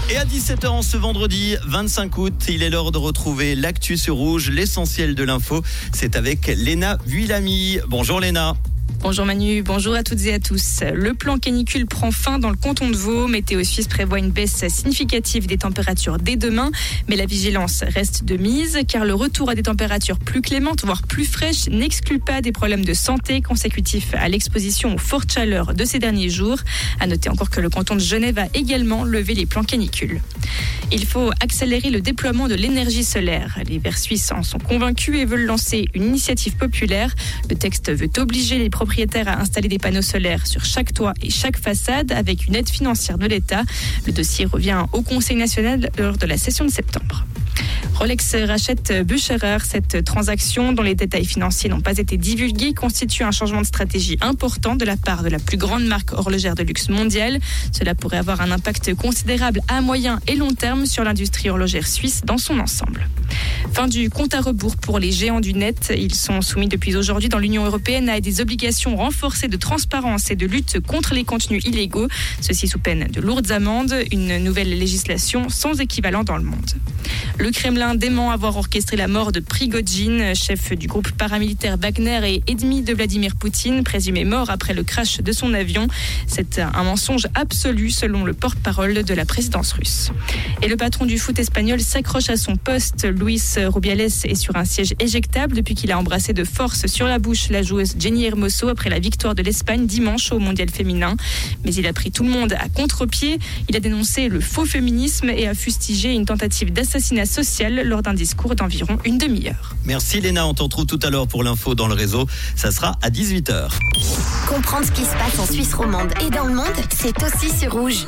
Et à 17h en ce vendredi 25 août, il est l'heure de retrouver l'actu sur Rouge, l'essentiel de l'info. C'est avec Léna Vuillamy. Bonjour Léna. Bonjour Manu, bonjour à toutes et à tous. Le plan canicule prend fin dans le canton de Vaud. Météo Suisse prévoit une baisse significative des températures dès demain, mais la vigilance reste de mise car le retour à des températures plus clémentes, voire plus fraîches, n'exclut pas des problèmes de santé consécutifs à l'exposition aux fortes chaleurs de ces derniers jours. À noter encore que le canton de Genève a également levé les plans canicules. Il faut accélérer le déploiement de l'énergie solaire. Les Verts suisses en sont convaincus et veulent lancer une initiative populaire. Le texte veut obliger les propriétaires à installer des panneaux solaires sur chaque toit et chaque façade avec une aide financière de l'État. Le dossier revient au Conseil national lors de la session de septembre. Rolex rachète Bucherer. Cette transaction, dont les détails financiers n'ont pas été divulgués, constitue un changement de stratégie important de la part de la plus grande marque horlogère de luxe mondiale. Cela pourrait avoir un impact considérable à moyen et long terme sur l'industrie horlogère suisse dans son ensemble. Fin du compte à rebours pour les géants du net. Ils sont soumis depuis aujourd'hui dans l'Union européenne à des obligations renforcées de transparence et de lutte contre les contenus illégaux. Ceci sous peine de lourdes amendes. Une nouvelle législation sans équivalent dans le monde. Le Kremlin dément avoir orchestré la mort de Prigojine, chef du groupe paramilitaire Wagner et ennemi de Vladimir Poutine, présumé mort après le crash de son avion. C'est un mensonge absolu selon le porte-parole de la présidence russe. Et le patron du foot espagnol s'accroche à son poste. Luis Rubiales est sur un siège éjectable depuis qu'il a embrassé de force sur la bouche la joueuse Jenny Hermoso après la victoire de l'Espagne dimanche au mondial féminin. Mais il a pris tout le monde à contre-pied. Il a dénoncé le faux féminisme et a fustigé une tentative d'assassinat social lors d'un discours d'environ une demi-heure. Merci Léna, on t'en retrouve tout à l'heure pour l'info dans le réseau. Ça sera à 18h. Comprendre ce qui se passe en Suisse romande et dans le monde, c'est aussi sur Rouge.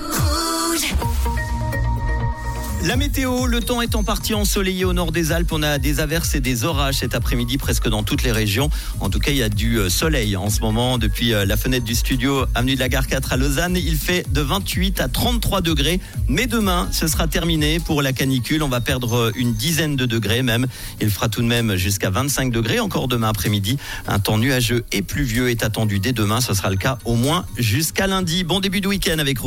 La météo, le temps est en partie ensoleillé au nord des Alpes. On a des averses et des orages cet après-midi presque dans toutes les régions. En tout cas, il y a du soleil en ce moment depuis la fenêtre du studio avenue de la Gare 4 à Lausanne. Il fait de 28 à 33 degrés. Mais demain, ce sera terminé pour la canicule. On va perdre une dizaine de degrés même. Il fera tout de même jusqu'à 25 degrés encore demain après-midi. Un temps nuageux et pluvieux est attendu dès demain. Ce sera le cas au moins jusqu'à lundi. Bon début de week-end avec